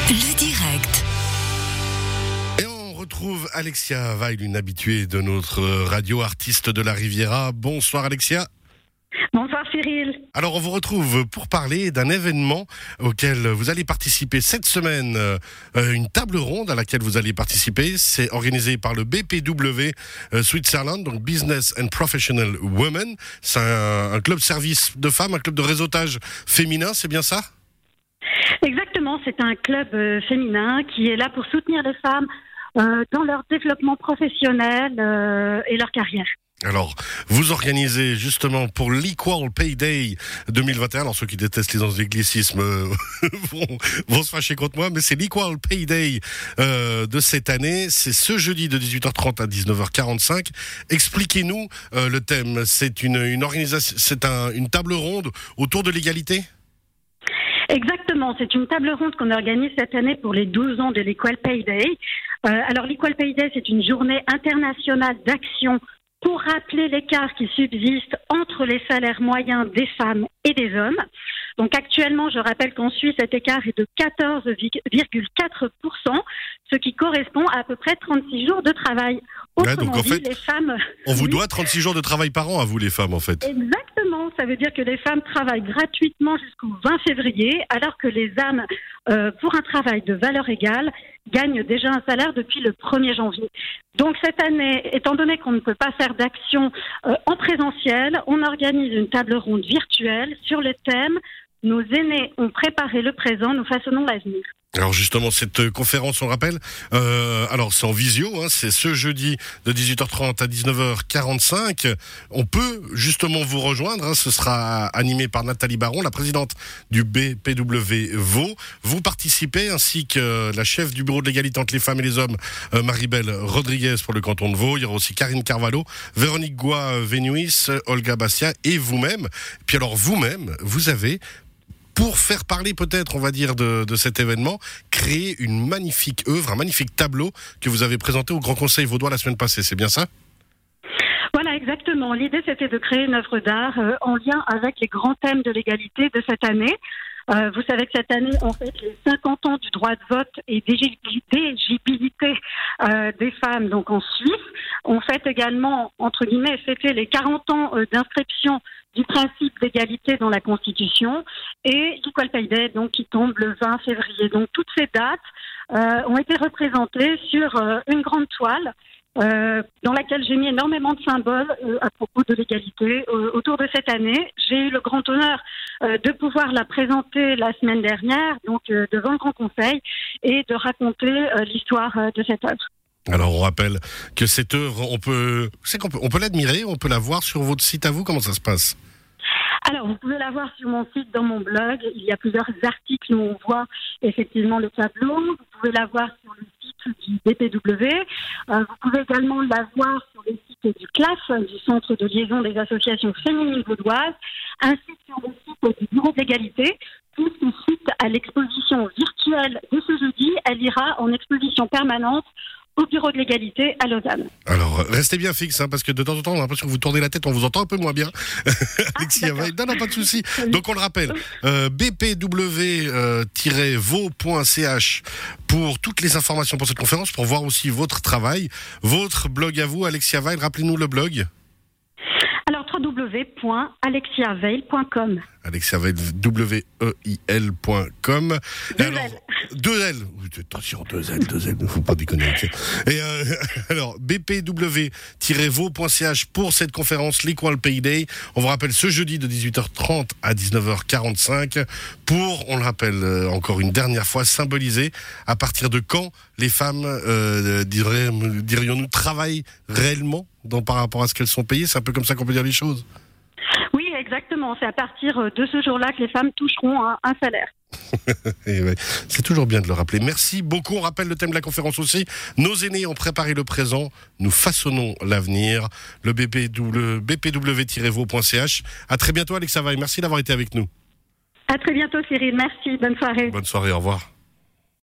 Le direct. Et on retrouve Alexia Weil, une habituée de notre radio, artiste de la Riviera. Bonsoir Alexia. Bonsoir Cyril. Alors on vous retrouve pour parler d'un événement auquel vous allez participer cette semaine, une table ronde à laquelle vous allez participer. C'est organisé par le BPW Switzerland, donc Business and Professional Women. C'est un club service de femmes, un club de réseautage féminin, c'est bien ça ? Exactement, c'est un club féminin qui est là pour soutenir les femmes dans leur développement professionnel et leur carrière. Alors, vous organisez justement pour l'Equal Pay Day 2021. Alors, ceux qui détestent les anglicismes vont se fâcher contre moi, mais c'est l'Equal Pay Day de cette année. C'est ce jeudi de 18h30 à 19h45. Expliquez-nous le thème. C'est une organisation, c'est une table ronde autour de l'égalité ? Exactement, c'est une table ronde qu'on organise cette année pour les 12 ans de l'Equal Pay Day. Alors, l'Equal Pay Day, c'est une journée internationale d'action pour rappeler l'écart qui subsiste entre les salaires moyens des femmes et des hommes. Donc actuellement, je rappelle qu'en Suisse, cet écart est de 14,4%, ce qui correspond à peu près 36 jours de travail. Autrement donc en fait, les femmes... On vous doit 36 jours de travail par an à vous les femmes en fait. Exactement, ça veut dire que les femmes travaillent gratuitement jusqu'au 20 février, alors que les hommes, pour un travail de valeur égale, gagnent déjà un salaire depuis le 1er janvier. Donc cette année, étant donné qu'on ne peut pas faire d'action en présentiel, on organise une table ronde virtuelle sur le thème « Nos aînés ont préparé le présent, nous façonnons l'avenir ». Alors justement, cette conférence, on rappelle, alors c'est en visio, c'est ce jeudi de 18h30 à 19h45. On peut justement vous rejoindre, ce sera animé par Nathalie Baron, la présidente du BPW Vaud. Vous participez, ainsi que la chef du bureau de l'égalité entre les femmes et les hommes, Maribel Rodriguez pour le canton de Vaud. Il y aura aussi Karine Carvalho, Véronique Goua-Vénuis, Olga Bastia et vous-même. Puis alors vous-même, vous avez... Pour faire parler peut-être, on va dire, de cet événement, créer une magnifique œuvre, un magnifique tableau que vous avez présenté au Grand Conseil vaudois la semaine passée, c'est bien ça ? Voilà, exactement. L'idée, c'était de créer une œuvre d'art en lien avec les grands thèmes de l'égalité de cette année. Vous savez que cette année, on fête les 50 ans du droit de vote et d'éligibilité des femmes donc en Suisse. On fête également, entre guillemets, fêter les 40 ans d'inscription du principe d'égalité dans la Constitution et l'Equal Pay Day, donc, qui tombe le 20 février. Donc toutes ces dates ont été représentées sur une grande toile dans laquelle j'ai mis énormément de symboles à propos de l'égalité autour de cette année. J'ai eu le grand honneur de pouvoir la présenter la semaine dernière, donc devant le Grand Conseil, et de raconter l'histoire de cette œuvre. Alors on rappelle que cette œuvre, on peut l'admirer, on peut la voir sur votre site à vous, comment ça se passe ? Alors, vous pouvez la voir sur mon site, dans mon blog. Il y a plusieurs articles où on voit effectivement le tableau. Vous pouvez la voir sur le site du BPW. Vous pouvez également la voir sur le site du CLAF, du Centre de liaison des associations féminines vaudoises, ainsi que sur le site du Bureau de l'égalité. Puisque suite à l'exposition virtuelle de ce jeudi, elle ira en exposition permanente au Bureau de l'égalité à Lausanne. Alors, restez bien fixe, parce que de temps en temps, on a l'impression que vous tournez la tête, on vous entend un peu moins bien. Alexia Weil, non, pas de souci. Donc, on le rappelle, bpw-vaux.ch pour toutes les informations pour cette conférence, pour voir aussi votre travail, votre blog à vous, Alexia Weil. Rappelez-nous le blog. Alors, www.alexiaveil.com. Alexia Weil, weil.com. Deux L. Attention, deux L, ne faut pas déconner. Et alors, bpw-vaux.ch pour cette conférence, l'Equal Pay Day. On vous rappelle ce jeudi de 18h30 à 19h45 pour, on le rappelle encore une dernière fois, symboliser à partir de quand les femmes, dirions-nous, travaillent réellement par rapport à ce qu'elles sont payées. C'est un peu comme ça qu'on peut dire les choses. Oui, exactement. C'est à partir de ce jour-là que les femmes toucheront un salaire. Et ouais, c'est toujours bien de le rappeler. Merci beaucoup. On rappelle le thème de la conférence aussi. Nos aînés ont préparé le présent. Nous façonnons l'avenir. Le bpw-vaux.ch. À très bientôt, Alexia Weil. Merci d'avoir été avec nous. À très bientôt, Cyril. Merci. Bonne soirée. Bonne soirée. Au revoir.